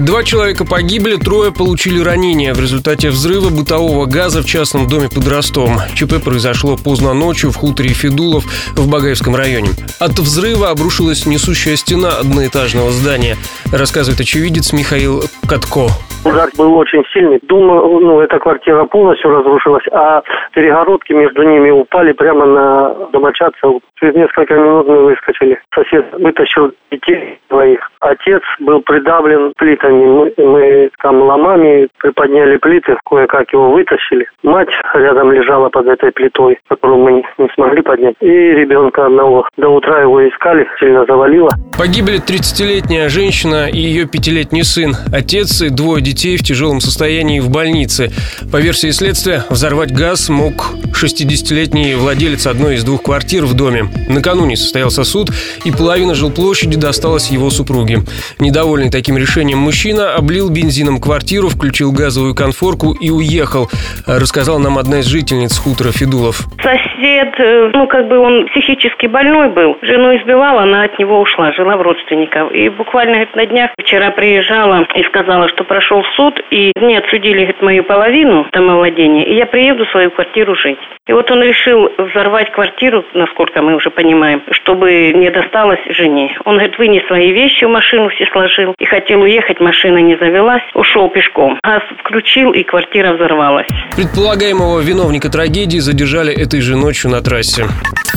2 человека погибли, 3 получили ранения в результате взрыва бытового газа в частном доме под Ростовом. ЧП произошло поздно ночью в хуторе Федулов в Багаевском районе. От взрыва обрушилась несущая стена одноэтажного здания, рассказывает очевидец Михаил Катко. Удар был очень сильный. Думаю, эта квартира полностью разрушилась, а перегородки между ними упали прямо на домочадцев. Через несколько минут мы выскочили. Сосед вытащил детей своих. Отец был придавлен плитами. Мы там ломами приподняли плиты, кое-как его вытащили. Мать рядом лежала под этой плитой, которую мы не смогли поднять. И ребенка одного. До утра его искали, сильно завалило. Погибли 30-летняя женщина и ее 5-летний сын. Отец и 2 детей в тяжелом состоянии в больнице. По версии следствия, взорвать газ мог 60-летний владелец одной из 2 квартир в доме. Накануне состоялся суд, и половина жилплощади досталась его супруге. Недовольный таким решением мужчина облил бензином квартиру, включил газовую конфорку и уехал, рассказала нам одна из жительниц хутора Федулов. Сосед, он психически больной был. Жену избивала, она от него ушла, жила в родственниках. И буквально на днях вчера приезжала и сказала, что прошел суд, и мне отсудили мою половину домовладения, и я приеду в свою квартиру жить. И вот он решил взорвать квартиру, насколько мы уже понимаем, чтобы не досталось жене. Он, вынес свои вещи в машину, все сложил, и хотел уехать, машина не завелась, ушел пешком. Газ включил, и квартира взорвалась. Предполагаемого виновника трагедии задержали этой же ночью на трассе.